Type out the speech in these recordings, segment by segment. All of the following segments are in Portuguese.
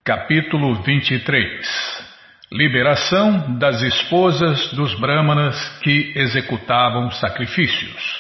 Capítulo 23. Liberação das esposas dos brahmanas que executavam sacrifícios.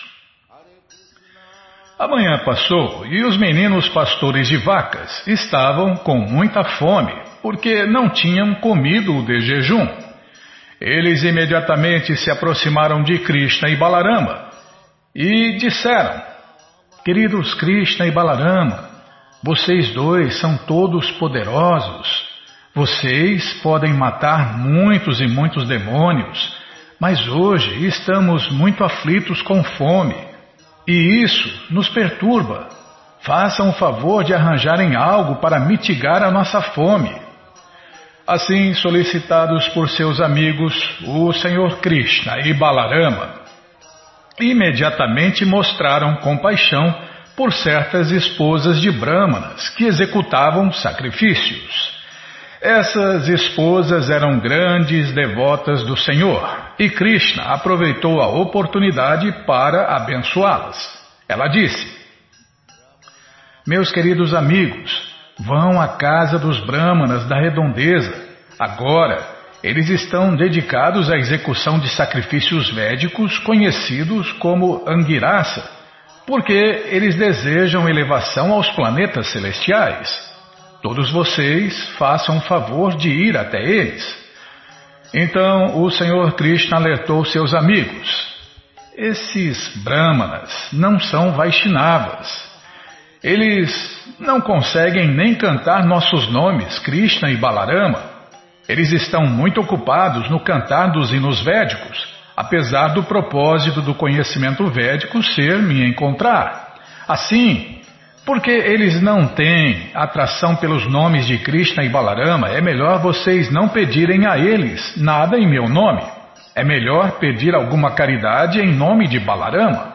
A manhã passou e os meninos pastores de vacas estavam com muita fome, porque não tinham comido de jejum. Eles imediatamente se aproximaram de Krishna e Balarama e disseram: Queridos Krishna e Balarama, vocês dois são todos poderosos. Vocês podem matar muitos e muitos demônios, mas hoje estamos muito aflitos com fome. E isso nos perturba. Façam o favor de arranjarem algo para mitigar a nossa fome. Assim, solicitados por seus amigos, o Senhor Krishna e Balarama imediatamente mostraram compaixão por certas esposas de brahmanas que executavam sacrifícios. Essas esposas eram grandes devotas do Senhor e Krishna aproveitou a oportunidade para abençoá-las. Ela disse: Meus queridos amigos, vão à casa dos brahmanas da redondeza. Agora, eles estão dedicados à execução de sacrifícios védicos conhecidos como Angirasa, porque eles desejam elevação aos planetas celestiais. Todos vocês façam o favor de ir até eles. Então o Senhor Krishna alertou seus amigos: Esses brahmanas não são Vaishnavas. Eles não conseguem nem cantar nossos nomes, Krishna e Balarama. Eles estão muito ocupados no cantar dos hinos védicos, apesar do propósito do conhecimento védico ser me encontrar. Assim, porque eles não têm atração pelos nomes de Krishna e Balarama, é melhor vocês não pedirem a eles nada em meu nome. É melhor pedir alguma caridade em nome de Balarama.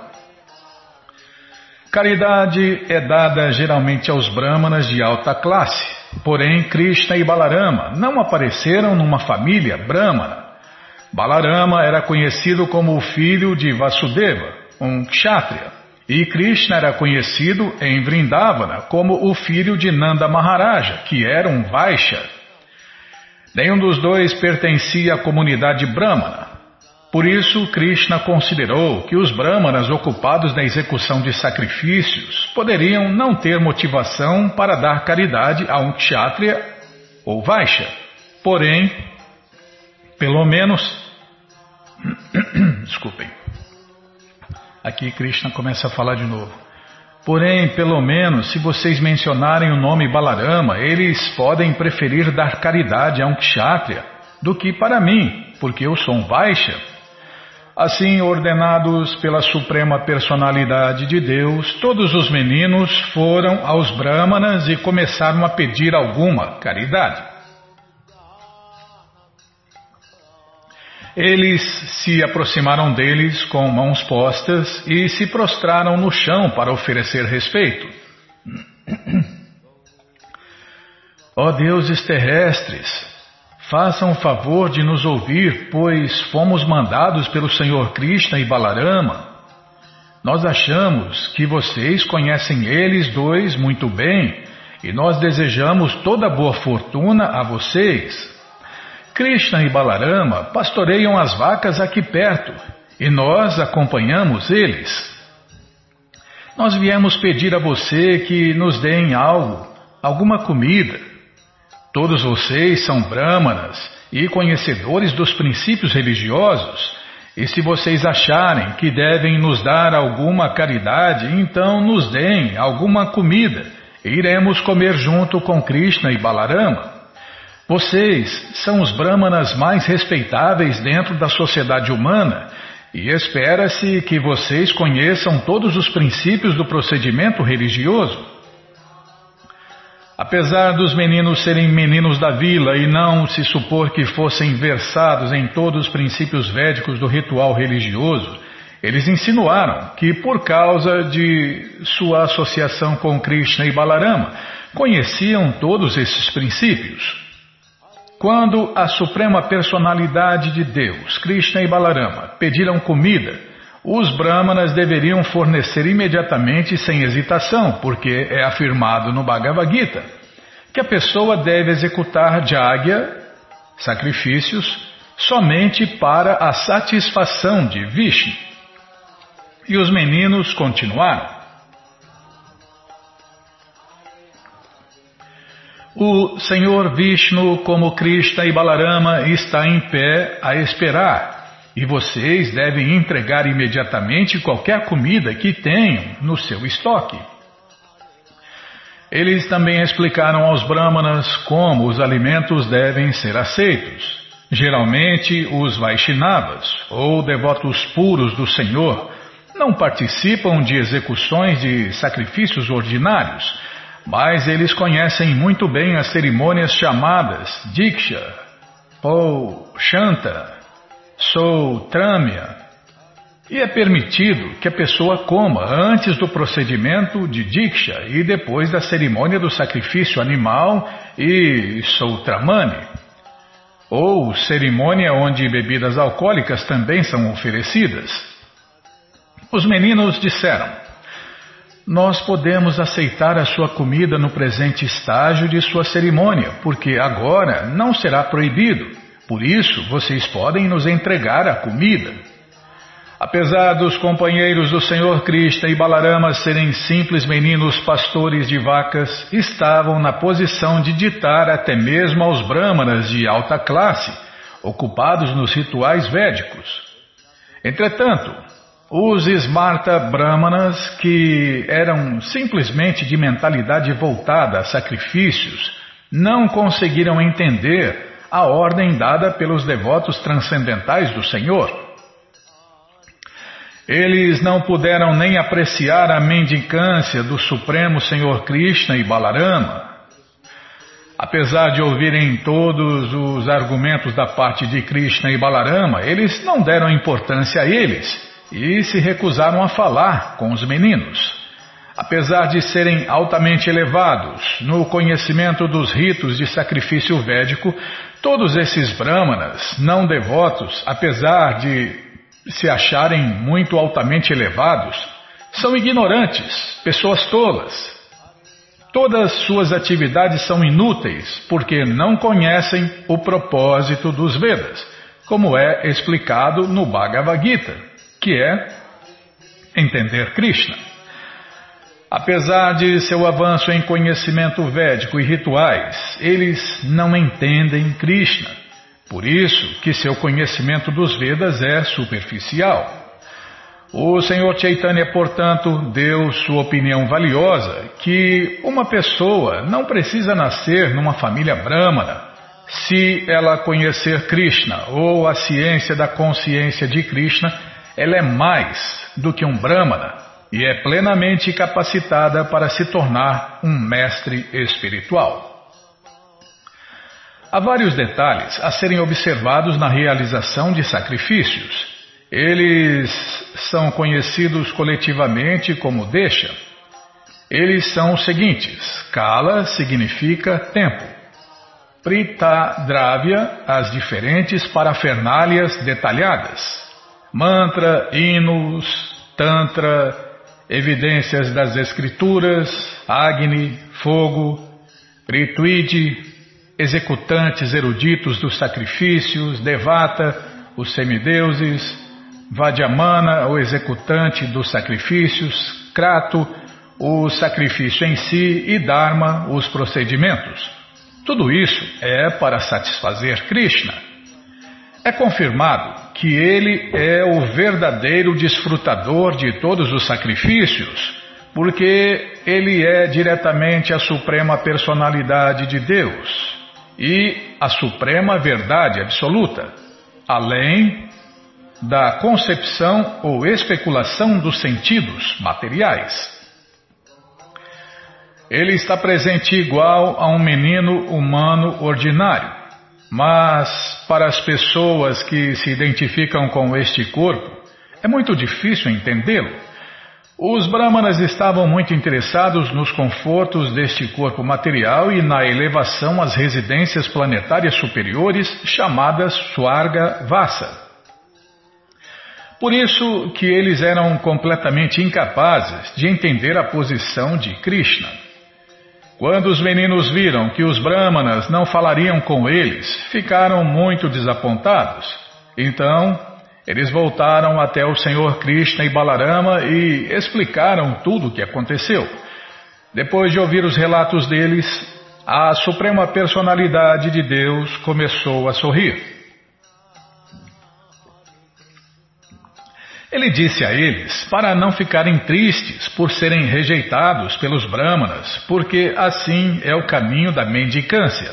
Caridade é dada geralmente aos brahmanas de alta classe, porém Krishna e Balarama não apareceram numa família brahmana. Balarama era conhecido como o filho de Vasudeva, um kshatriya, e Krishna era conhecido em Vrindavana como o filho de Nanda Maharaja, que era um Vaishya. Nenhum dos dois pertencia à comunidade brahmana. Por isso, Krishna considerou que os brahmanas ocupados na execução de sacrifícios poderiam não ter motivação para dar caridade a um kshatriya ou Vaishya. Porém, pelo menos, desculpem, aqui Krishna começa a falar de novo. Porém, pelo menos, se vocês mencionarem o nome Balarama, eles podem preferir dar caridade a um kshatriya do que para mim, porque eu sou um Vaishya. Assim, ordenados pela Suprema Personalidade de Deus, todos os meninos foram aos brahmanas e começaram a pedir alguma caridade. Eles se aproximaram deles com mãos postas e se prostraram no chão para oferecer respeito. Ó deuses terrestres, façam o favor de nos ouvir, pois fomos mandados pelo Senhor Krishna e Balarama. Nós achamos que vocês conhecem eles dois muito bem e nós desejamos toda boa fortuna a vocês. Krishna e Balarama pastoreiam as vacas aqui perto e nós acompanhamos eles. Nós viemos pedir a você que nos deem algo, alguma comida. Todos vocês são brahmanas e conhecedores dos princípios religiosos, e se vocês acharem que devem nos dar alguma caridade, então nos deem alguma comida e iremos comer junto com Krishna e Balarama. Vocês são os brahmanas mais respeitáveis dentro da sociedade humana e espera-se que vocês conheçam todos os princípios do procedimento religioso. Apesar dos meninos serem meninos da vila e não se supor que fossem versados em todos os princípios védicos do ritual religioso, eles insinuaram que por causa de sua associação com Krishna e Balarama, conheciam todos esses princípios. Quando a Suprema Personalidade de Deus, Krishna e Balarama, pediram comida, os brahmanas deveriam fornecer imediatamente sem hesitação, porque é afirmado no Bhagavad Gita que a pessoa deve executar jagya, sacrifícios, somente para a satisfação de Vishnu. E os meninos continuaram. O Senhor Vishnu, como Krishna e Balarama, está em pé a esperar, e vocês devem entregar imediatamente qualquer comida que tenham no seu estoque. Eles também explicaram aos Brahmanas como os alimentos devem ser aceitos. Geralmente, os Vaishnavas, ou devotos puros do Senhor, não participam de execuções de sacrifícios ordinários, mas eles conhecem muito bem as cerimônias chamadas Diksha, ou Shanta, Soutramya, e é permitido que a pessoa coma antes do procedimento de Diksha e depois da cerimônia do sacrifício animal e Soutramani, ou cerimônia onde bebidas alcoólicas também são oferecidas. Os meninos disseram: nós podemos aceitar a sua comida no presente estágio de sua cerimônia, porque agora não será proibido. Por isso, vocês podem nos entregar a comida. Apesar dos companheiros do Senhor Krishna e Balarama serem simples meninos pastores de vacas, estavam na posição de ditar até mesmo aos brahmanas de alta classe, ocupados nos rituais védicos. Entretanto, os Smarta Brahmanas, que eram simplesmente de mentalidade voltada a sacrifícios, não conseguiram entender a ordem dada pelos devotos transcendentais do Senhor. Eles não puderam nem apreciar a mendicância do Supremo Senhor Krishna e Balarama. Apesar de ouvirem todos os argumentos da parte de Krishna e Balarama, eles não deram importância a eles e se recusaram a falar com os meninos. Apesar de serem altamente elevados no conhecimento dos ritos de sacrifício védico, todos esses brahmanas não devotos, apesar de se acharem muito altamente elevados, são ignorantes, pessoas tolas. Todas suas atividades são inúteis porque não conhecem o propósito dos Vedas, como é explicado no Bhagavad Gita, que é entender Krishna. Apesar de seu avanço em conhecimento védico e rituais, eles não entendem Krishna. Por isso que seu conhecimento dos Vedas é superficial. O Senhor Chaitanya, portanto, deu sua opinião valiosa que uma pessoa não precisa nascer numa família brahmana se ela conhecer Krishna ou a ciência da consciência de Krishna. Ela é mais do que um brahmana e é plenamente capacitada para se tornar um mestre espiritual. Há vários detalhes a serem observados na realização de sacrifícios. Eles são conhecidos coletivamente como Desha. Eles são os seguintes: Kala significa tempo, Prita Dravya, as diferentes parafernálias detalhadas, Mantra, hinos, Tantra, evidências das escrituras, Agni, fogo, Ritwid, executantes eruditos dos sacrifícios, Devata, os semideuses, Vadyamana, o executante dos sacrifícios, Krato, o sacrifício em si, e Dharma, os procedimentos. Tudo isso é para satisfazer Krishna. É confirmado que ele é o verdadeiro desfrutador de todos os sacrifícios, porque ele é diretamente a suprema personalidade de Deus e a suprema verdade absoluta, além da concepção ou especulação dos sentidos materiais. Ele está presente igual a um menino humano ordinário, mas para as pessoas que se identificam com este corpo, é muito difícil entendê-lo. Os brahmanas estavam muito interessados nos confortos deste corpo material e na elevação às residências planetárias superiores, chamadas Swarga Vasa. Por isso que eles eram completamente incapazes de entender a posição de Krishna. Quando os meninos viram que os brahmanas não falariam com eles, ficaram muito desapontados. Então, eles voltaram até o Senhor Krishna e Balarama e explicaram tudo o que aconteceu. Depois de ouvir os relatos deles, a Suprema Personalidade de Deus começou a sorrir. Ele disse a eles para não ficarem tristes por serem rejeitados pelos brahmanas, porque assim é o caminho da mendicância.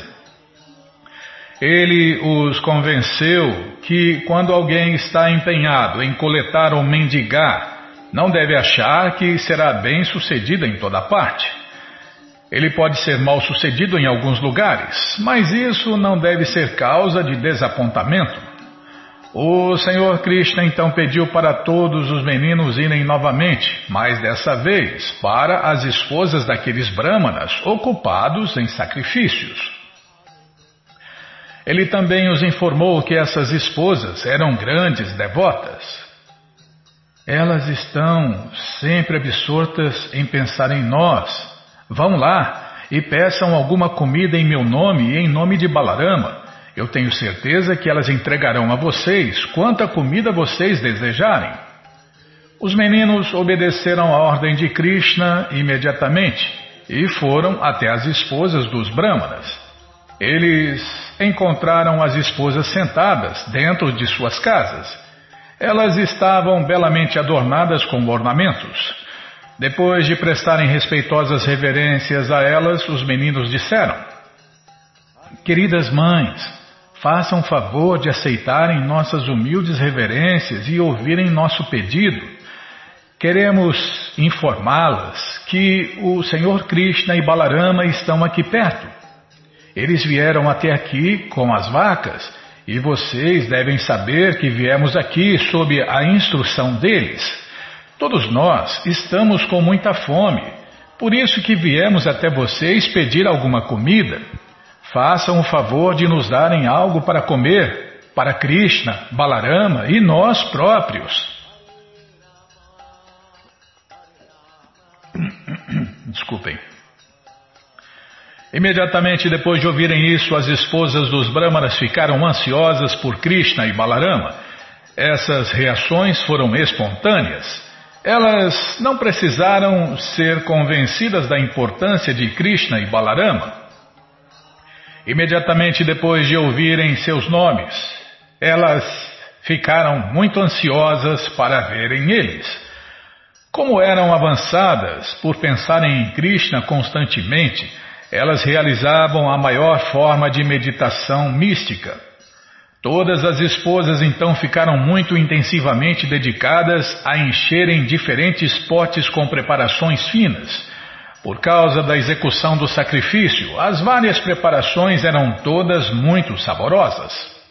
Ele os convenceu que quando alguém está empenhado em coletar ou mendigar, não deve achar que será bem sucedido em toda parte. Ele pode ser mal sucedido em alguns lugares, mas isso não deve ser causa de desapontamento. O Senhor Krishna então pediu para todos os meninos irem novamente, mas dessa vez para as esposas daqueles brahmanas ocupados em sacrifícios. Ele também os informou que essas esposas eram grandes devotas. Elas estão sempre absortas em pensar em nós. Vão lá e peçam alguma comida em meu nome e em nome de Balarama. Eu tenho certeza que elas entregarão a vocês quanta comida vocês desejarem. Os meninos obedeceram a ordem de Krishna imediatamente e foram até as esposas dos brahmanas. Eles encontraram as esposas sentadas dentro de suas casas. Elas estavam belamente adornadas com ornamentos. Depois de prestarem respeitosas reverências a elas, os meninos disseram: Queridas mães, façam favor de aceitarem nossas humildes reverências e ouvirem nosso pedido. Queremos informá-las que o Senhor Krishna e Balarama estão aqui perto. Eles vieram até aqui com as vacas e vocês devem saber que viemos aqui sob a instrução deles. Todos nós estamos com muita fome, por isso que viemos até vocês pedir alguma comida. Façam o favor de nos darem algo para comer, para Krishna, Balarama e nós próprios. Desculpem. Imediatamente depois de ouvirem isso, as esposas dos brahmanas ficaram ansiosas por Krishna e Balarama. Essas reações foram espontâneas. Elas não precisaram ser convencidas da importância de Krishna e Balarama. Imediatamente depois de ouvirem seus nomes, elas ficaram muito ansiosas para verem eles. Como eram avançadas por pensarem em Krishna constantemente, elas realizavam a maior forma de meditação mística. Todas as esposas então ficaram muito intensivamente dedicadas a encherem diferentes potes com preparações finas. Por causa da execução do sacrifício, as várias preparações eram todas muito saborosas.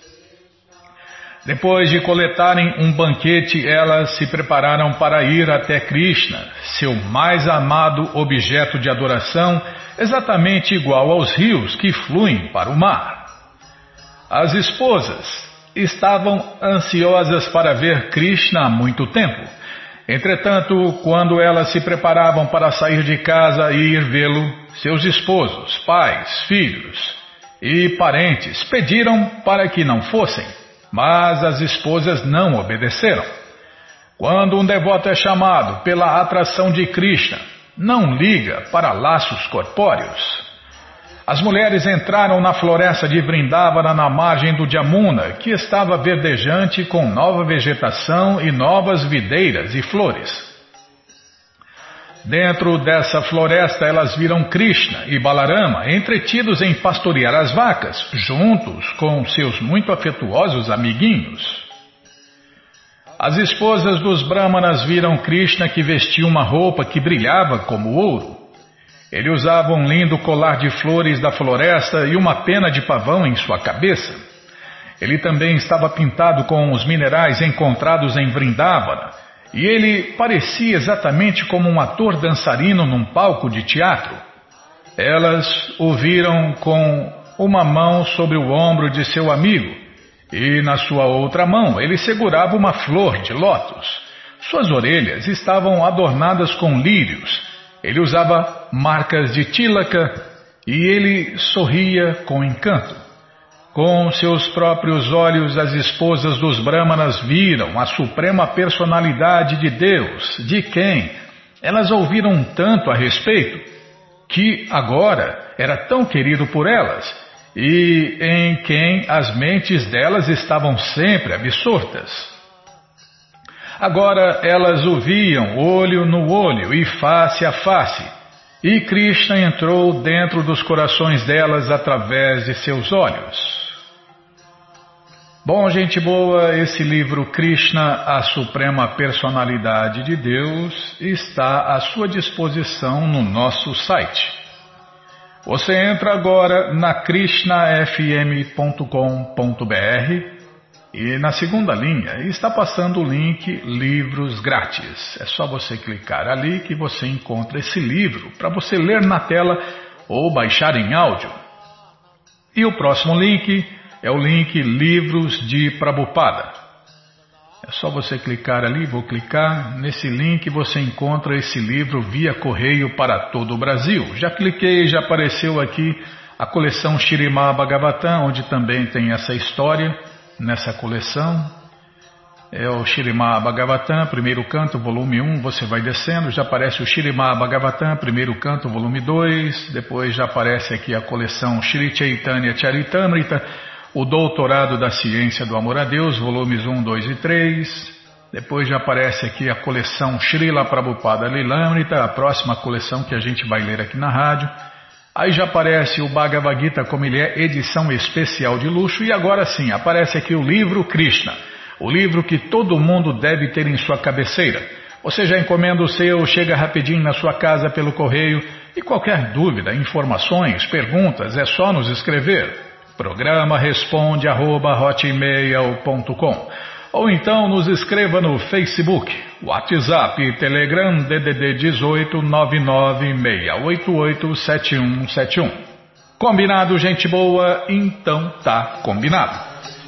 Depois de coletarem um banquete, elas se prepararam para ir até Krishna, seu mais amado objeto de adoração, exatamente igual aos rios que fluem para o mar. As esposas estavam ansiosas para ver Krishna há muito tempo. Entretanto, quando elas se preparavam para sair de casa e ir vê-lo, seus esposos, pais, filhos e parentes pediram para que não fossem, mas as esposas não obedeceram. Quando um devoto é chamado pela atração de Krishna, não liga para laços corpóreos. As mulheres entraram na floresta de Vrindavana na margem do Jamuna, que estava verdejante com nova vegetação e novas videiras e flores. Dentro dessa floresta elas viram Krishna e Balarama entretidos em pastorear as vacas, juntos com seus muito afetuosos amiguinhos. As esposas dos brahmanas viram Krishna que vestia uma roupa que brilhava como ouro. Ele usava um lindo colar de flores da floresta e uma pena de pavão em sua cabeça. Ele também estava pintado com os minerais encontrados em Vrindavana, e ele parecia exatamente como um ator dançarino num palco de teatro. Elas o viram com uma mão sobre o ombro de seu amigo, e na sua outra mão ele segurava uma flor de lótus. Suas orelhas estavam adornadas com lírios. Ele usava marcas de Tilaka, e ele sorria com encanto. Com seus próprios olhos, as esposas dos Brahmanas viram a suprema personalidade de Deus, de quem elas ouviram tanto a respeito, que agora era tão querido por elas, e em quem as mentes delas estavam sempre absortas. Agora elas o viam olho no olho e face a face, e Krishna entrou dentro dos corações delas através de seus olhos. Bom, gente boa, esse livro Krishna, a Suprema Personalidade de Deus, está à sua disposição no nosso site. Você entra agora na krishnafm.com.br e na segunda linha está passando o link Livros Grátis. É só você clicar ali que você encontra esse livro para você ler na tela ou baixar em áudio. E o próximo link é o link Livros de Prabhupada. É só você clicar ali, vou clicar. Nesse link você encontra esse livro via correio para todo o Brasil. Já cliquei, já apareceu aqui a coleção Śrīmad Bhagavatam, onde também tem essa história nessa coleção. É o Śrīmad Bhagavatam, primeiro canto, volume 1, você vai descendo, já aparece o Śrīmad Bhagavatam, primeiro canto, volume 2, depois já aparece aqui a coleção Shri Chaitanya Charitamrita, o Doutorado da Ciência do Amor a Deus, volumes 1, 2 e 3. Depois já aparece aqui a coleção Srila Prabhupada Lilamrita, a próxima coleção que a gente vai ler aqui na rádio. Aí já aparece o Bhagavad Gita como ele é, edição especial de luxo. E agora sim, aparece aqui o livro Krishna, o livro que todo mundo deve ter em sua cabeceira. Você já encomenda o seu, chega rapidinho na sua casa pelo correio. E qualquer dúvida, informações, perguntas, é só nos escrever. Programa responde@hotmail.com. Ou então nos escreva no Facebook, WhatsApp, Telegram, DDD 18 996887171. Combinado, gente boa? Então tá combinado.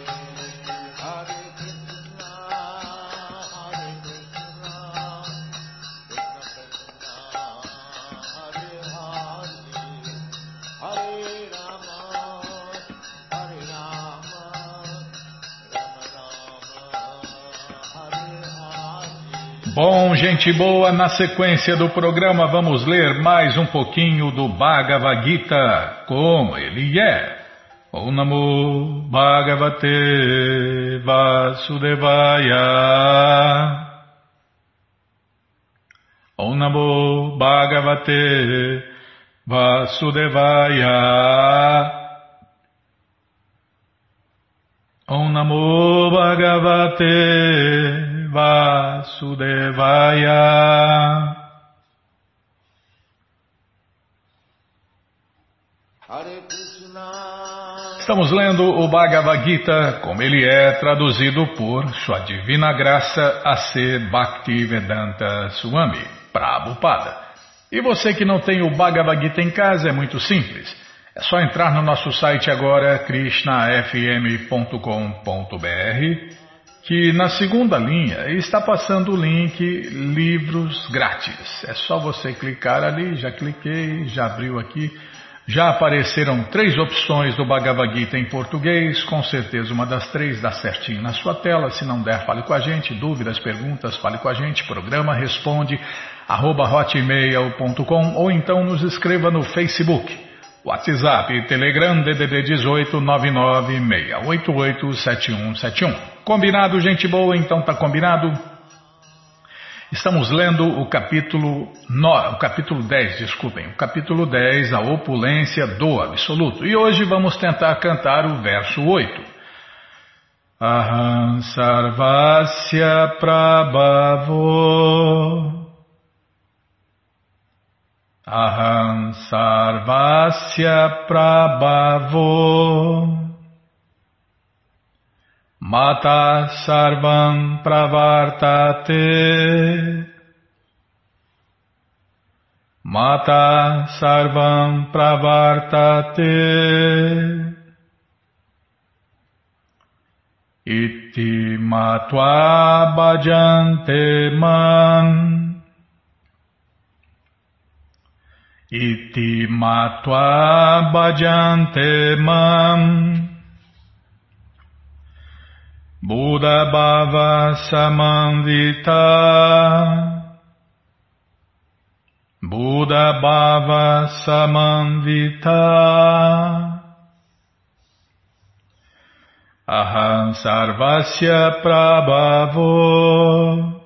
Bom, gente boa, na sequência do programa vamos ler mais um pouquinho do Bhagavad Gita, como ele é. Om Namo Bhagavate Vasudevaya. Om Namo Bhagavate Vasudevaya. Om Namo Bhagavate Vasudevaya. Estamos lendo o Bhagavad Gita como ele é traduzido por Sua Divina Graça A.C. Bhaktivedanta Swami Prabhupada. E você que não tem o Bhagavad Gita em casa, é muito simples. É só entrar no nosso site agora, krishnafm.com.br, que na segunda linha está passando o link Livros Grátis. É só você clicar ali, já cliquei, já abriu aqui. Já apareceram 3 opções do Bhagavad Gita em português, com certeza uma das 3 dá certinho na sua tela. Se não der, fale com a gente, dúvidas, perguntas, fale com a gente, programa responde@hotmail.com ou então nos escreva no Facebook. WhatsApp, Telegram, DDD 18 996887171. Combinado, gente boa? Então tá combinado? Estamos lendo o capítulo 10, a opulência do Absoluto. E hoje vamos tentar cantar o verso 8. Aham sarvasya prabhavo. Aham sarvasya prabhavo. Mata sarvam pravartate. Mata sarvam pravartate. Iti matva bhajante man. iti matva bhajante mam Buddha bhava samandita Buddha bhava samandita Aham sarvasya prabhavo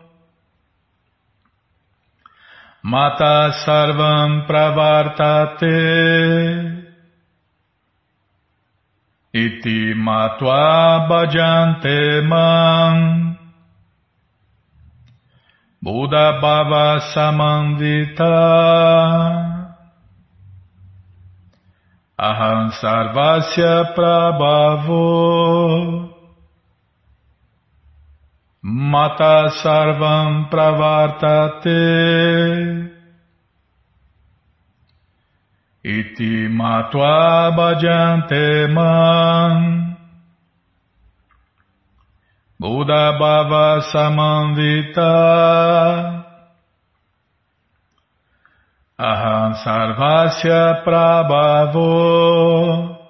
Mata sarvam pravartate Iti matva bhajante mam Buddha bhava samandita Aham sarvasya prabhavo Mata sarvam pravartate Iti matva bhajante mam Buddha bhava samandita Aham sarvasya prabhavo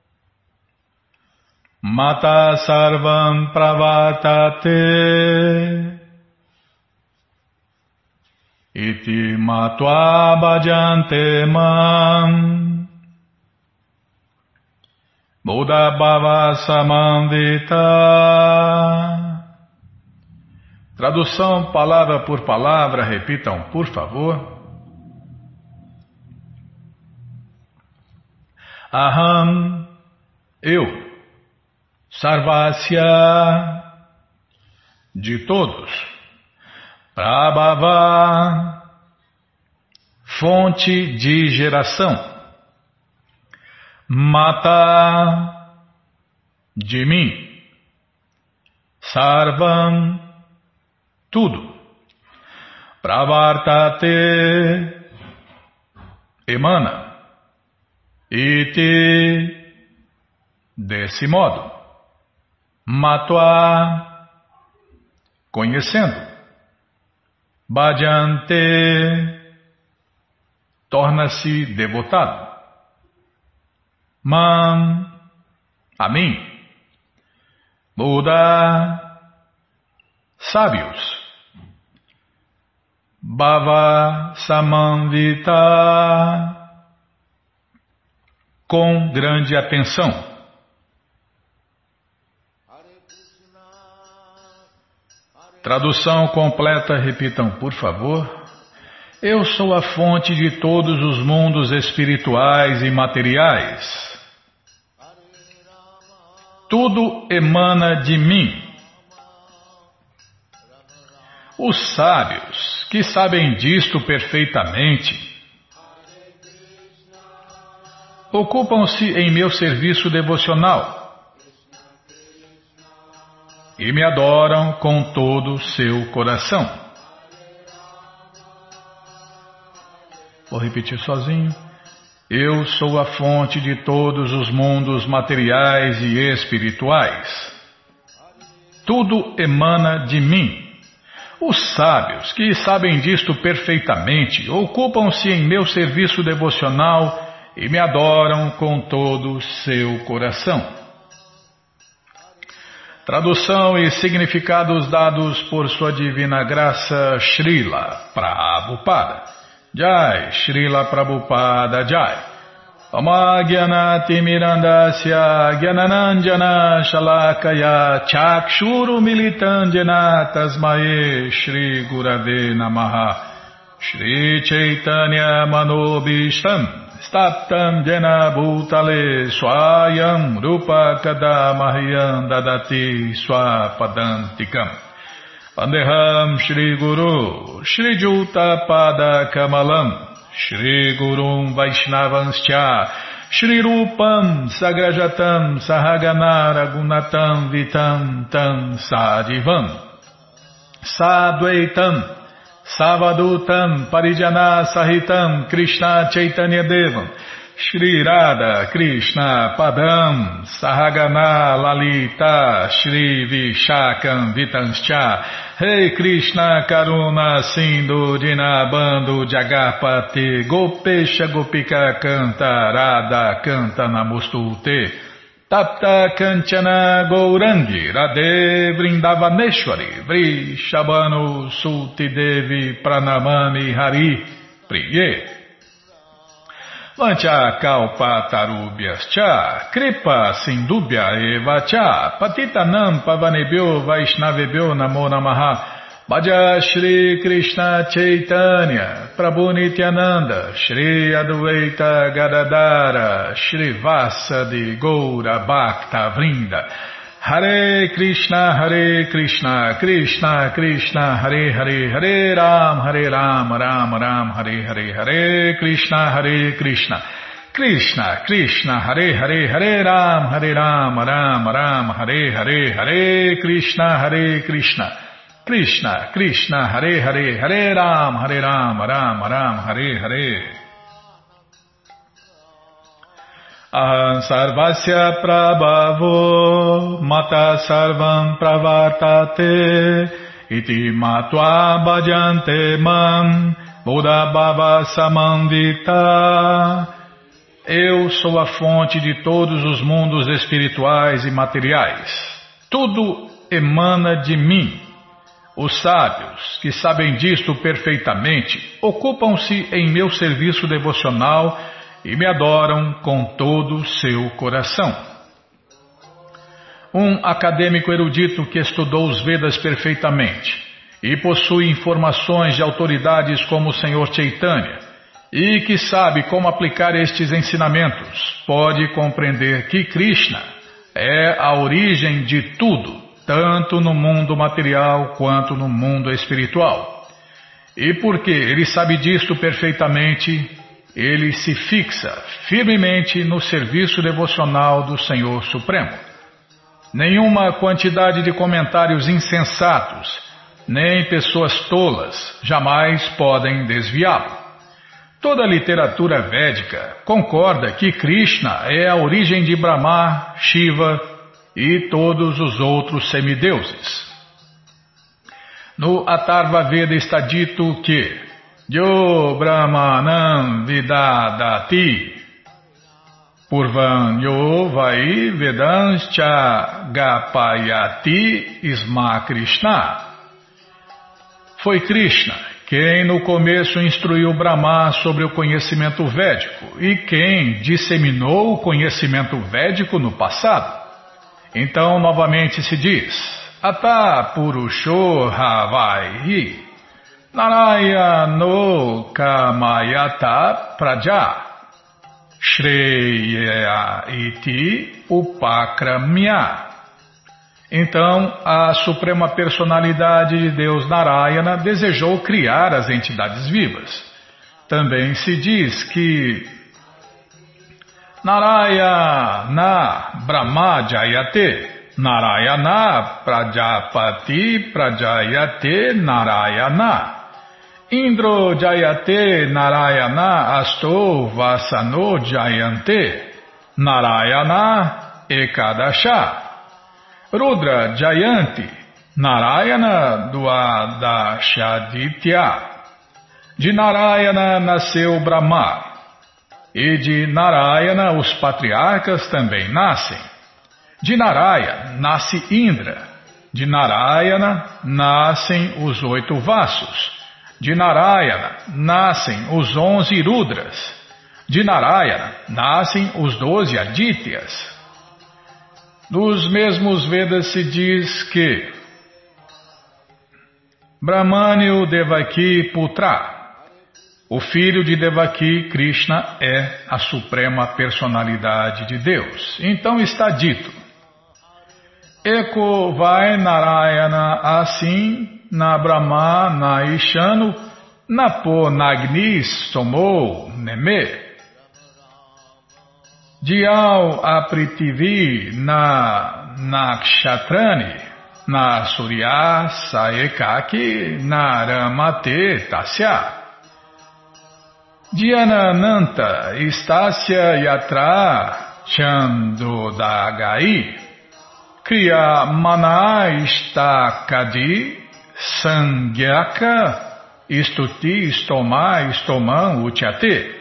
Mata sarvam pravartate Iti matva bhajante mam Buddha bhava samandita. Tradução palavra por palavra, repitam por favor. Aham, eu, sarvasya, de todos, prabhava, fonte de geração, mata, de mim, sarvam, tudo, pravartate, emana, iti, desse modo, matva, conhecendo, bhajante, torna-se devotado, mam, a mim, Buddha, sábios, bhava samandita, com grande atenção. Tradução completa, repitam por favor. Eu sou a fonte de todos os mundos espirituais e materiais. Tudo emana de mim. Os sábios, que sabem disto perfeitamente, ocupam-se em meu serviço devocional e me adoram com todo o seu coração. Vou repetir sozinho. Eu sou a fonte de todos os mundos materiais e espirituais. Tudo emana de mim. Os sábios, que sabem disto perfeitamente, ocupam-se em meu serviço devocional e me adoram com todo o seu coração. Tradução e significados dados por sua divina graça Srila Prabhupada. Jai, Srila Prabhupada Jai. Amagyanati mirandasya gyananandjana shalakaya chakshuru militandjana tasmae Shri Gurave Namaha. Shri Chaitanya Manobishtam Staptam Jena Bhutale Swayam Rupa Kadamahyam Dadati Swapadantikam Vandeham Shri Guru Shri Juta Pada Kamalam Shri Gurum Vaishnavanscha Shri Rupam Sagrajatam Sahagana Ragunatam Vitam Tam Sadivam Sadvaitam Savadutam Parijana Sahitam Krishna Chaitanya Devam Shri Radha Krishna Padam Sahagana Lalita Shri Vishakam Vitanscha Rei Krishna Karuna Sindhu Dinabando Jagarpati Gopesha Gopika Canta Radha Canta Namostute Tapta Kanchana Gourangi Radhe Vrindavaneshwari Vrishabhanu Sulti Devi Pranamani Hari Priye Vancha Kalpa Tarubhyas Cha Kripa Sindubhya Eva Cha Patitanam Pavanebhyo Vaishnavebhyo Namo Namaha Bhaja Shri Krishna Chaitanya Prabhu Nityananda Shri Advaita Gadadara Shri Vasadi Goura Bhakta Vrinda Hare Krishna Krishna Krishna Hare Hare Hare Ram Ram Ram Hare Hare Hare Krishna Krishna Krishna Hare Hare Hare Ram Ram Ram Hare Hare Hare Krishna Krishna Krishna Hare Hare Hare Ram Ram Ram Hare Hare Aham sarvasya prabhavo mata sarvam pravartate iti matva bhajante mam buddha bhava samandita. Eu sou a fonte de todos os mundos espirituais e materiais. Tudo emana de mim. Os sábios, que sabem disto perfeitamente, ocupam-se em meu serviço devocional e me adoram com todo o seu coração. Um acadêmico erudito que estudou os Vedas perfeitamente e possui informações de autoridades como o Senhor Chaitanya e que sabe como aplicar estes ensinamentos, pode compreender que Krishna é a origem de tudo, tanto no mundo material quanto no mundo espiritual. E porque ele sabe disto perfeitamente, ele se fixa firmemente no serviço devocional do Senhor Supremo. Nenhuma quantidade de comentários insensatos, nem pessoas tolas, jamais podem desviá-lo. Toda a literatura védica concorda que Krishna é a origem de Brahma, Shiva e todos os outros semideuses. No Atharva Veda está dito que Yo Brahmanam Vidadati Purvan Yo Vai Vedanscha Gapayati Isma Krishna. Foi Krishna quem no começo instruiu Brahma sobre o conhecimento védico e quem disseminou o conhecimento védico no passado. Então novamente se diz Ata Purusho Havai Narayano Kamayata Praja Shreya Iti Upakramya. Então, a Suprema Personalidade de Deus Narayana desejou criar as entidades vivas. Também se diz que Narayana Brahma Jayate Narayana Prajapati Prajayate Narayana Indro Jayate Narayana Asto Vasano Jayante Narayana Ekadasha Rudra Jayanti Narayana Duadashaditya. De Narayana nasceu Brahma e de Narayana os patriarcas também nascem. De Narayana nasce Indra. De Narayana nascem os 8 Vasos. De Narayana nascem os 11 Rudras. De Narayana nascem os 12 Adityas. Nos mesmos Vedas se diz que Brahmânio Devaki Putra, o filho de Devaki, Krishna, é a suprema personalidade de Deus. Então está dito: Eko vai Narayana assim na Brahma na Ishanu napo Nagni Somo Neme Dial Apritivi na Nakshatrani na Surya Saekaki na Ramate Tasya. Dhyanananta Istasya Yatra Chandodagai Kriya Mana Istakadi Sangyaka Istuti Stoma Stomam Uchate.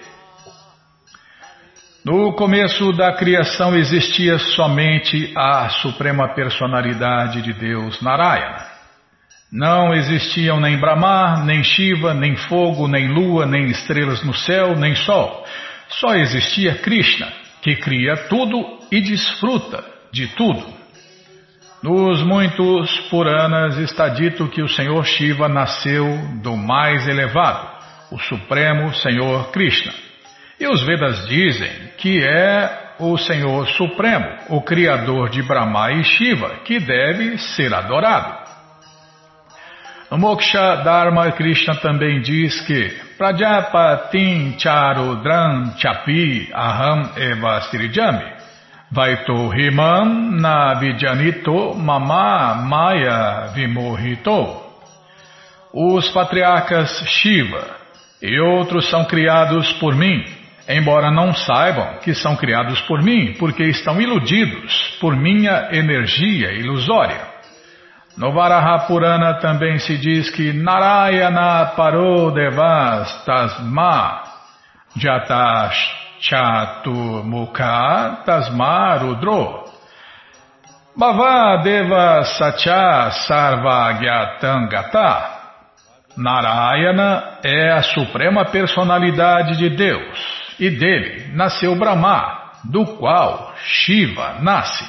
No começo da criação existia somente a Suprema Personalidade de Deus, Narayana. Não existiam nem Brahma, nem Shiva, nem fogo, nem lua, nem estrelas no céu, nem sol. Só existia Krishna, que cria tudo e desfruta de tudo. Nos muitos Puranas está dito que o Senhor Shiva nasceu do mais elevado, o Supremo Senhor Krishna. E os Vedas dizem que é o Senhor Supremo, o Criador de Brahma e Shiva, que deve ser adorado. No Moksha Dharma, Krishna também diz que Prajapatim Charudram Chapi Aham Eva Sirijami Vaito Himam Na Vidyanito Mama Maya Vimohito. Os patriarcas Shiva e outros são criados por mim, embora não saibam que são criados por mim, porque estão iludidos por minha energia ilusória. No Varaha Purana também se diz que Narayana Paro Devas Tasma Jatash Chaturmukha Tasma Rudro Bhava Deva Satya Sarvagyatam. Narayana é a Suprema Personalidade de Deus, e dele nasceu Brahma, do qual Shiva nasce.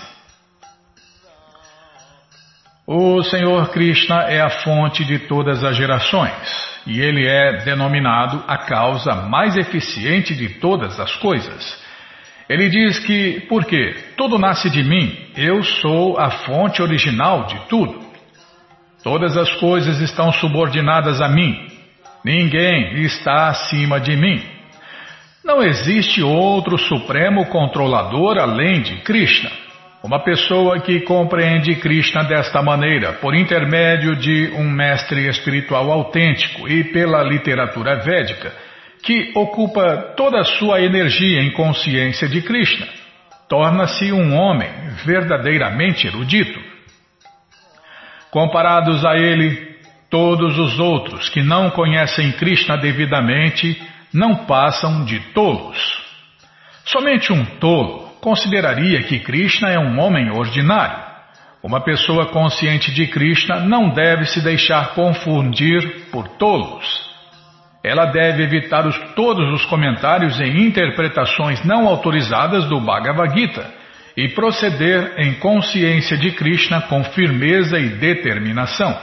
O Senhor Krishna é a fonte de todas as gerações, e ele é denominado a causa mais eficiente de todas as coisas. Ele diz que, porque tudo nasce de mim, eu sou a fonte original de tudo. Todas as coisas estão subordinadas a mim. Ninguém está acima de mim. Não existe outro supremo controlador além de Krishna. Uma pessoa que compreende Krishna desta maneira, por intermédio de um mestre espiritual autêntico e pela literatura védica, que ocupa toda a sua energia em consciência de Krishna, torna-se um homem verdadeiramente erudito. Comparados a ele, todos os outros que não conhecem Krishna devidamente não passam de tolos. Somente um tolo consideraria que Krishna é um homem ordinário. Uma pessoa consciente de Krishna não deve se deixar confundir por tolos. Ela deve evitar todos os comentários e interpretações não autorizadas do Bhagavad Gita e proceder em consciência de Krishna com firmeza e determinação.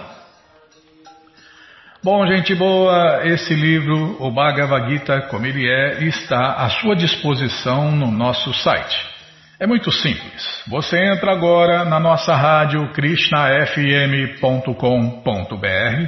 Bom, gente boa, esse livro, o Bhagavad Gita, como ele é, está à sua disposição no nosso site. É muito simples. Você entra agora na nossa rádio krishnafm.com.br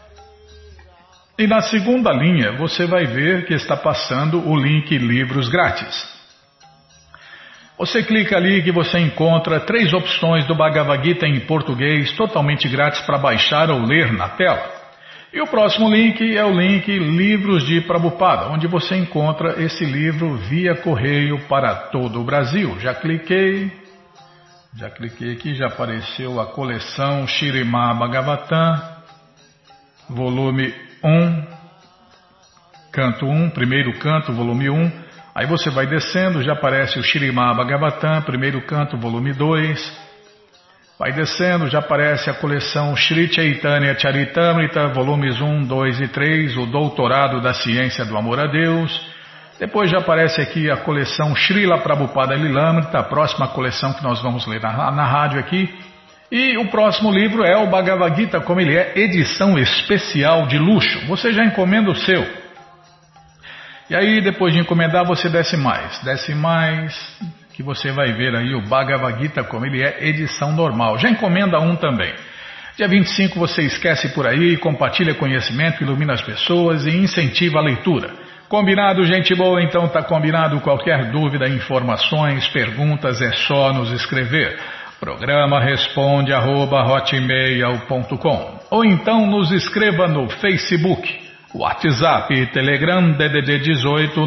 e na segunda linha você vai ver que está passando o link Livros Grátis. Você clica ali que você encontra 3 opções do Bhagavad Gita em português totalmente grátis para baixar ou ler na tela. E o próximo link é o link Livros de Prabhupada, onde você encontra esse livro via correio para todo o Brasil. Já cliquei aqui, já apareceu a coleção Śrīmad Bhagavatam, volume 1, canto 1, primeiro canto, volume 1. Aí você vai descendo, já aparece o Śrīmad Bhagavatam, primeiro canto, volume 2. Vai descendo, já aparece a coleção Shri Chaitanya Charitamrita, volumes 1, 2 e 3, o Doutorado da Ciência do Amor a Deus. Depois já aparece aqui a coleção Srila Prabhupada Lilamrita, a próxima coleção que nós vamos ler na rádio aqui. E o próximo livro é o Bhagavad Gita, como ele é, edição especial de luxo. Você já encomenda o seu. E aí, depois de encomendar, você desce mais, que você vai ver aí o Bhagavad Gita como ele é, edição normal. Já encomenda um também. Dia 25 você esquece por aí, compartilha conhecimento, ilumina as pessoas e incentiva a leitura. Combinado, gente boa? Então tá combinado. Qualquer dúvida, informações, perguntas, é só nos escrever. Programa responde@hotmail.com ou então nos escreva no Facebook, WhatsApp e Telegram DDD 18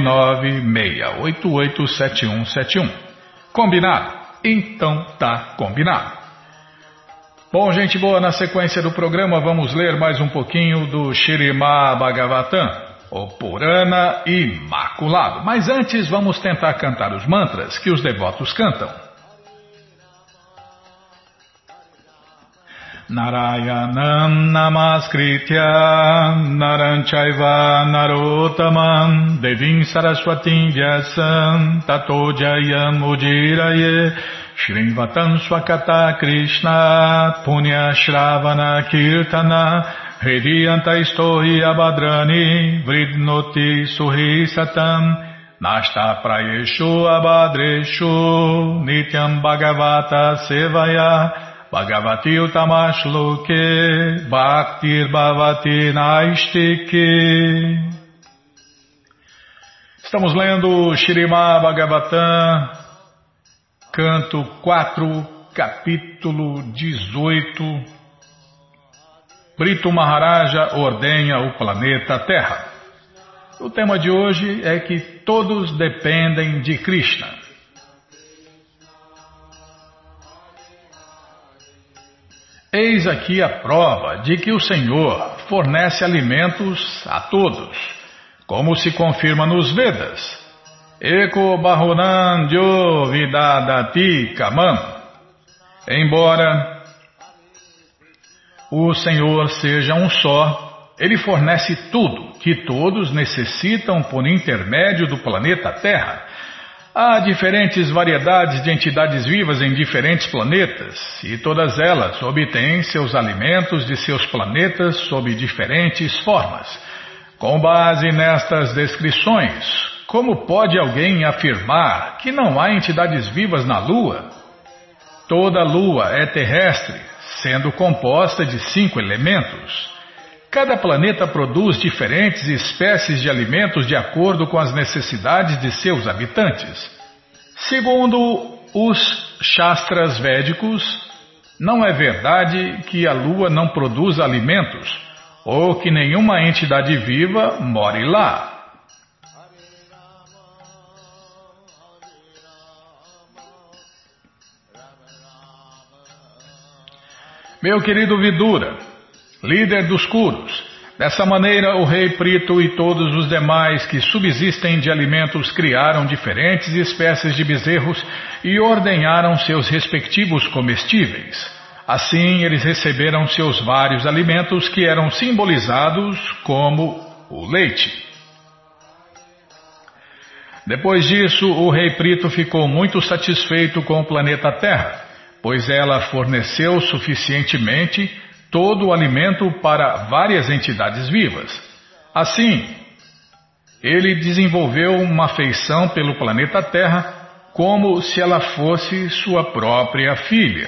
996887171. Combinado? Então tá combinado. Bom, gente boa, na sequência do programa vamos ler mais um pouquinho do Śrīmad Bhagavatam, o Purana Imaculado. Mas antes vamos tentar cantar os mantras que os devotos cantam. Narayanam Namaskritya Naranchaiva Narotamam Devim Saraswatim Vyasam Tato Jayam Udiraye Shrivatam Swakata Krishna Punya Shravana Kirtana Hridiyanta Istohi Abhadrani Vridnoti Suhi Satam Nashta Prayeshu Abhadreshu Nityam Bhagavata Sevaya Bhagavati Utamashloke Bhaktir Bhavati Naistike. Estamos lendo Śrīmad Bhagavatam, canto 4, capítulo 18. Prithu Maharaja ordenha o planeta Terra. O tema de hoje é que todos dependem de Krishna. Eis aqui a prova de que o Senhor fornece alimentos a todos, como se confirma nos Vedas. Eko Bahunan Jo Vidadati Kamam. Embora o Senhor seja um só, Ele fornece tudo que todos necessitam por intermédio do planeta Terra. Há diferentes variedades de entidades vivas em diferentes planetas, e todas elas obtêm seus alimentos de seus planetas sob diferentes formas. Com base nestas descrições, como pode alguém afirmar que não há entidades vivas na Lua? Toda a Lua é terrestre, sendo composta de 5 elementos. Cada planeta produz diferentes espécies de alimentos de acordo com as necessidades de seus habitantes. Segundo os Shastras Védicos, não é verdade que a Lua não produza alimentos ou que nenhuma entidade viva more lá. Meu querido Vidura, líder dos Kurus, dessa maneira o rei Prithu e todos os demais que subsistem de alimentos criaram diferentes espécies de bezerros e ordenharam seus respectivos comestíveis. Assim eles receberam seus vários alimentos que eram simbolizados como o leite. Depois disso, o rei Prithu ficou muito satisfeito com o planeta Terra, pois ela forneceu suficientemente todo o alimento para várias entidades vivas. Assim, ele desenvolveu uma afeição pelo planeta Terra como se ela fosse sua própria filha.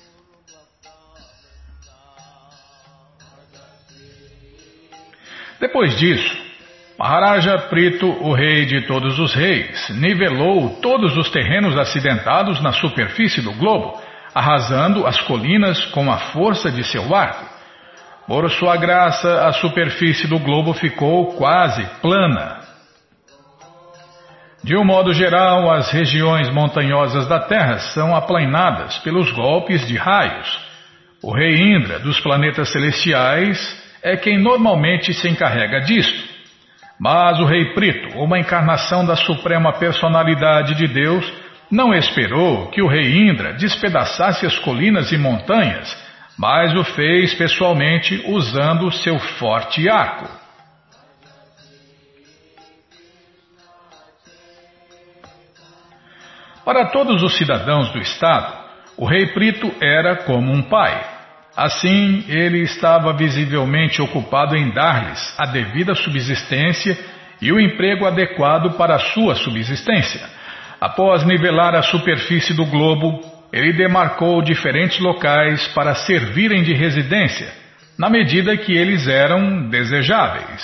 Depois disso, Maharaja Prithu, o rei de todos os reis, nivelou todos os terrenos acidentados na superfície do globo, arrasando as colinas com a força de seu arco. Por sua graça, a superfície do globo ficou quase plana. De um modo geral, as regiões montanhosas da Terra são aplainadas pelos golpes de raios. O rei Indra dos planetas celestiais é quem normalmente se encarrega disto. Mas o rei Prithu, uma encarnação da suprema personalidade de Deus, não esperou que o rei Indra despedaçasse as colinas e montanhas, mas o fez pessoalmente usando seu forte arco. Para todos os cidadãos do estado, o rei Prithu era como um pai. Assim, ele estava visivelmente ocupado em dar-lhes a devida subsistência e o emprego adequado para a sua subsistência. Após nivelar a superfície do globo, ele demarcou diferentes locais para servirem de residência, na medida que eles eram desejáveis.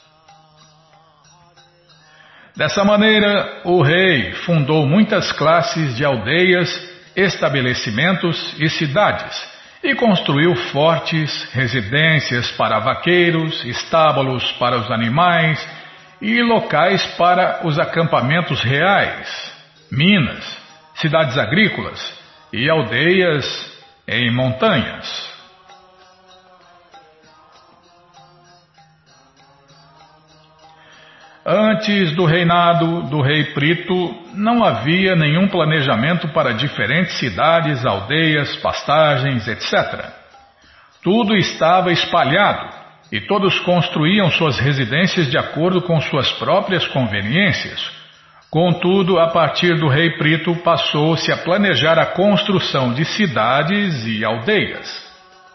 Dessa maneira, o rei fundou muitas classes de aldeias, estabelecimentos e cidades, e construiu fortes, residências para vaqueiros, estábulos para os animais e locais para os acampamentos reais, minas, cidades agrícolas e aldeias em montanhas. Antes do reinado do rei Prito, não havia nenhum planejamento para diferentes cidades, aldeias, pastagens, etc. Tudo estava espalhado e todos construíam suas residências de acordo com suas próprias conveniências. Contudo, a partir do rei Prito, passou-se a planejar a construção de cidades e aldeias.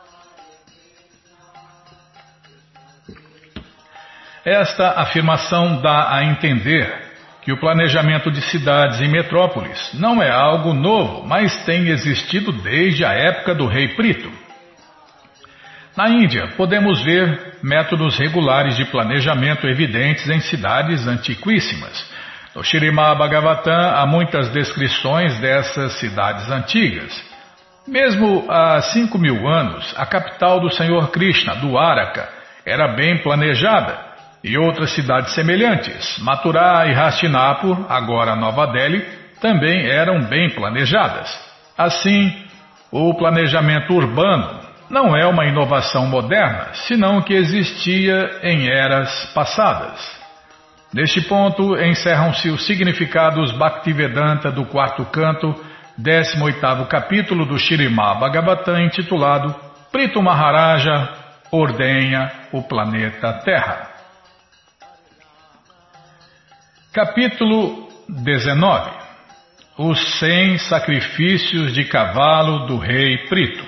Esta afirmação dá a entender que o planejamento de cidades e metrópoles não é algo novo, mas tem existido desde a época do rei Prito. Na Índia, podemos ver métodos regulares de planejamento evidentes em cidades antiquíssimas. No Śrīmad Bhagavatam há muitas descrições dessas cidades antigas. Mesmo há 5.000 anos, a capital do Senhor Krishna, Dwaraka, era bem planejada. E outras cidades semelhantes, Mathura e Hastinapur, agora Nova Delhi, também eram bem planejadas. Assim, o planejamento urbano não é uma inovação moderna, senão que existia em eras passadas. Neste ponto, encerram-se os significados Bhaktivedanta do quarto canto, 18º capítulo do Śrīmad Bhagavatam, intitulado Prito Maharaja ordenha o planeta Terra. Capítulo 19. Os 100 sacrifícios de cavalo do rei Prito.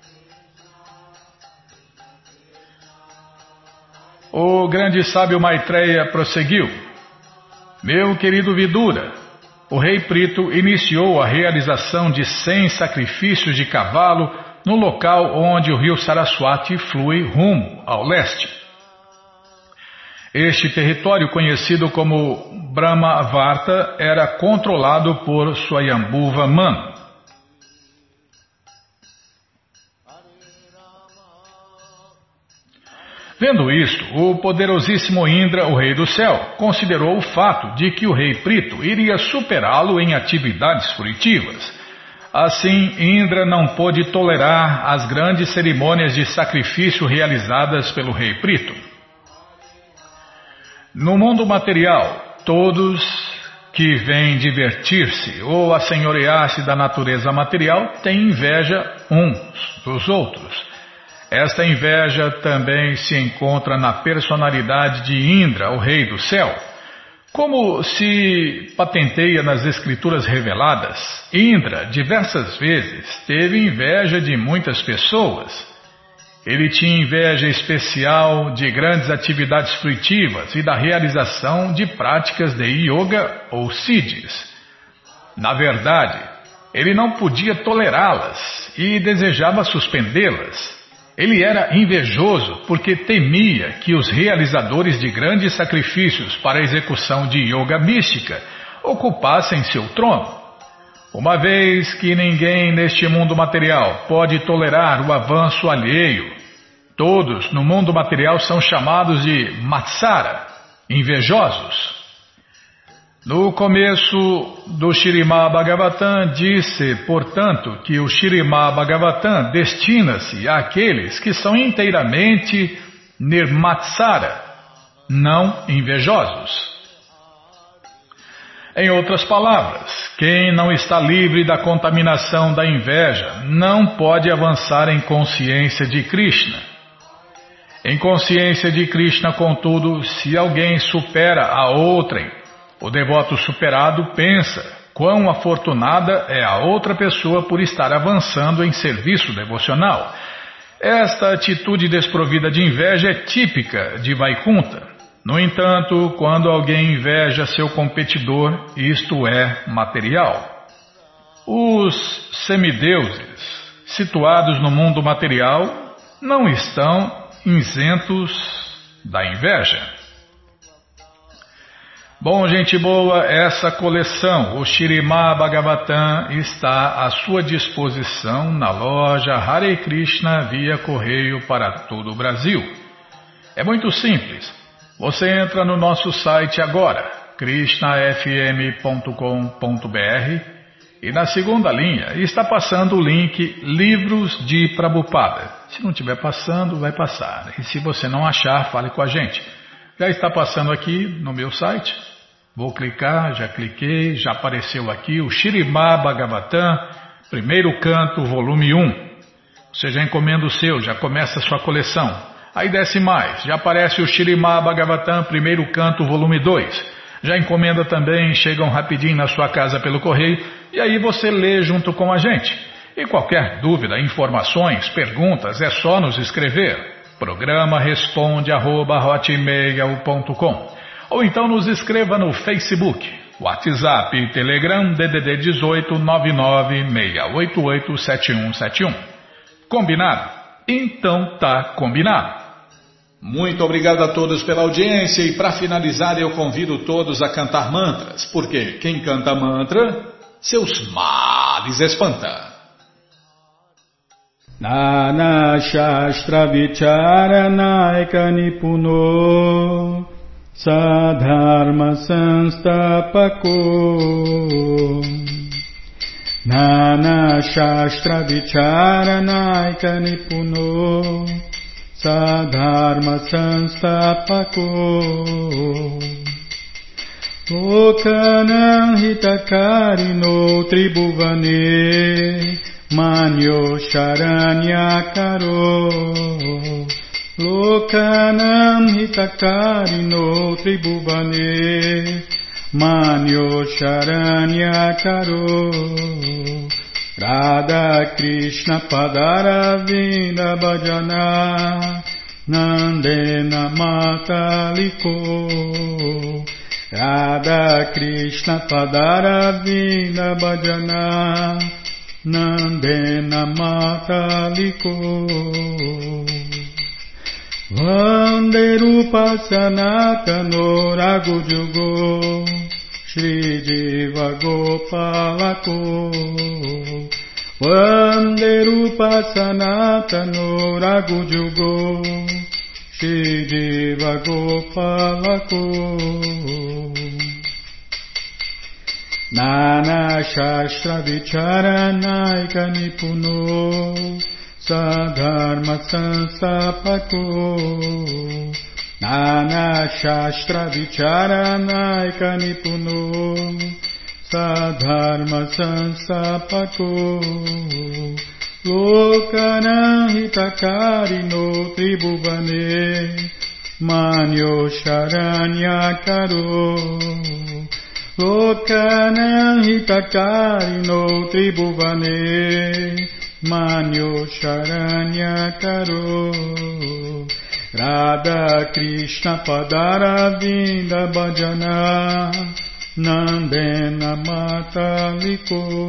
O grande sábio Maitreya prosseguiu: Meu querido Vidura, o rei Prito iniciou a realização de 100 sacrifícios de cavalo no local onde o rio Saraswati flui rumo ao leste. Este território, conhecido como Brahmavarta, era controlado por Swayambhuva Manu. Vendo isto, o poderosíssimo Indra, o rei do céu, considerou o fato de que o rei Prito iria superá-lo em atividades fruitivas. Assim, Indra não pôde tolerar as grandes cerimônias de sacrifício realizadas pelo rei Prito. No mundo material, todos que vêm divertir-se ou assenhorear-se da natureza material têm inveja uns dos outros. Esta inveja também se encontra na personalidade de Indra, o rei do céu. Como se patenteia nas escrituras reveladas, Indra diversas vezes teve inveja de muitas pessoas. Ele tinha inveja especial de grandes atividades fruitivas e da realização de práticas de yoga ou siddhis. Na verdade, ele não podia tolerá-las e desejava suspendê-las. Ele era invejoso porque temia que os realizadores de grandes sacrifícios para a execução de yoga mística ocupassem seu trono. Uma vez que ninguém neste mundo material pode tolerar o avanço alheio, todos no mundo material são chamados de Matsara, invejosos. No começo do Śrīmad Bhagavatam disse, portanto, que o Śrīmad Bhagavatam destina-se àqueles que são inteiramente nirmatsara, não invejosos. Em outras palavras, quem não está livre da contaminação da inveja não pode avançar em consciência de Krishna. Em consciência de Krishna, contudo, se alguém supera a outrem, o devoto superado pensa quão afortunada é a outra pessoa por estar avançando em serviço devocional. Esta atitude desprovida de inveja é típica de Vaikunta. No entanto, quando alguém inveja seu competidor, isto é material. Os semideuses, situados no mundo material, não estão isentos da inveja. Bom, gente boa, essa coleção, o Śrīmad Bhagavatam, está à sua disposição na loja Hare Krishna via correio para todo o Brasil. É muito simples. Você entra no nosso site agora, krishnafm.com.br, e na segunda linha está passando o link Livros de Prabhupada. Se não estiver passando, vai passar. E se você não achar, fale com a gente. Já está passando aqui no meu site. Vou clicar, já cliquei, já apareceu aqui o Śrīmad Bhagavatam, primeiro canto, volume 1. Você já encomenda o seu, já começa a sua coleção. Aí desce mais, já aparece o Śrīmad Bhagavatam, primeiro canto, volume 2. Já encomenda também, chegam rapidinho na sua casa pelo correio, e aí você lê junto com a gente. E qualquer dúvida, informações, perguntas, é só nos escrever. Programa responde@hotmail.com. Ou então nos escreva no Facebook, WhatsApp e Telegram DDD 18 996887171. Combinado? Então tá combinado. Muito obrigado a todos pela audiência e para finalizar eu convido todos a cantar mantras, porque quem canta mantra, seus males espanta. Nana Shastra Vicharanaika Nipuno Sadharma Sanstapako Nana Shastra Vicharanaika Nipuno Sadharma Sanstapako Lokanam Hitakarino Tribhuvane Manyo Sharanyakaro Lokanam Hitakarino Tribhuvane Manyo Sharanyakaro Radha Krishna Padaravinda Bhajana Nandena Mataliko Radha Krishna Padaravinda Bhajana Nandena Mataliko Vande Rupa Sanatano Raghujugo Shri Jiva Gopalako Vande Rupa Sanatano Raghujugo Shri Jiva Gopalako Nana Shastra Vicharanaika Nipuno Sadharma Sanstapako Nana Shastra Vicharanaika Nipuno Sadharma Sanstapako Lokana Hitakarino Tribhuvane Manyo Sharanyakaro Lokana Hitakarino Tribhuvane Manyo Sharanyakaro Radha Krishna Padaravinda Bhajana Nandena Mataliko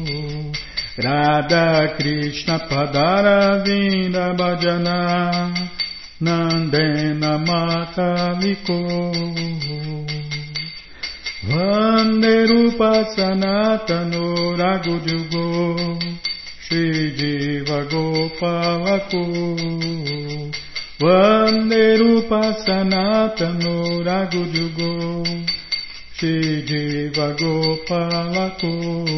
Radha Krishna Padaravinda Bhajana Nandena Mataliko Vande Rupa Sanatano Raghujugo Shri Jiva Gopalako Vande Rupa Sanatano Raghujugo Shri Jiva Gopalako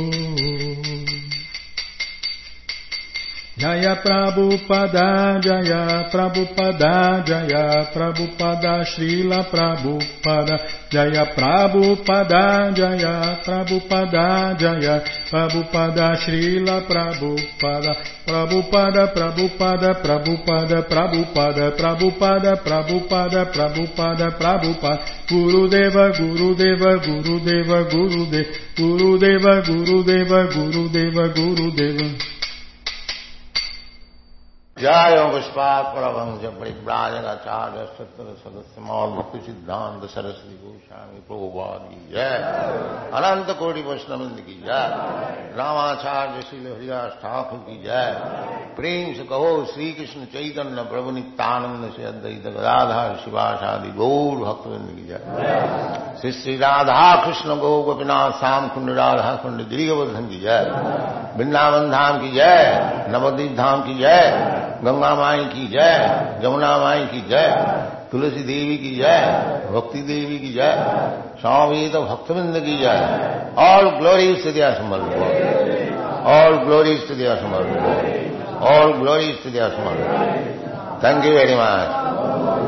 Jaya Prabhupada, Jaya Prabhupada, Jaya Prabhupada, Srila Prabhupada, Jaya Prabhupada, Jaya Prabhupada, Jaya Prabhupada, Srila Prabhupada, Prabhupada, Prabhupada, Prabhupada, Prabhupada, Prabhupada, Prabhupada, Prabhupada, Prabhupada, Gurudeva, Gurudeva, Gurudeva, Gurudeva, Gurudeva, Gurudeva, Gurudeva, Gurudeva. जय पुष्पात् परमहंस परिव्राजकाचार्य सत्तर सदस्य मौल भक्ति सिद्धांत सरस्वती गोस्वामी प्रभुपाद की जय। अनंत कोटि वैष्णववृंद की जय। रामाचार्य श्री हरिदास ठाकुर की जय। प्रेम से कहो श्री कृष्ण चैतन्य प्रभु नित्यानंद से अद्वैत गदाधर शिवासादि गौर भक्तवृंद की जय। श्री श्री राधा कृष्ण गो गोपीनाथ श्याम कुंड राधा कुंड गिरिवर्धन की जय। वृंदावन धाम की जय। नवद्वीप धाम की जय। गंगा माई की जय। जमुना माई की जय। तुलसी देवी की जय। भक्ति देवी की जय। स्वामी तो भक्तवृंद की जय। ऑल ग्लोरीज टू द असमल लॉर्ड। ऑल ग्लोरीज टू द असमल लॉर्ड। ऑल ग्लोरीज टू द असमल लॉर्ड। थैंक यू वेरी मच।